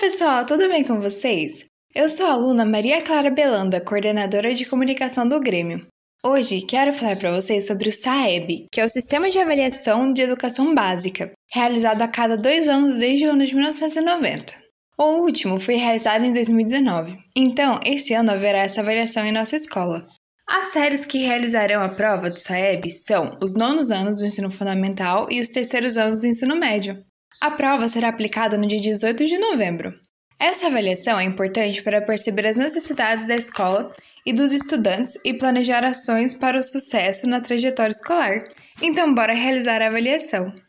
pessoal, tudo bem com vocês? Eu sou a aluna Maria Clara Belanda, coordenadora de comunicação do Grêmio. Hoje quero falar para vocês sobre o SAEB, que é o Sistema de Avaliação de Educação Básica, realizado a cada 2 anos desde o ano de 1990. O último foi realizado em 2019, então esse ano haverá essa avaliação em nossa escola. As séries que realizarão a prova do SAEB são os 9º anos do ensino fundamental e os 3º anos do ensino médio. A prova será aplicada no dia 18 de novembro. Essa avaliação é importante para perceber as necessidades da escola e dos estudantes e planejar ações para o sucesso na trajetória escolar. Então, bora realizar a avaliação!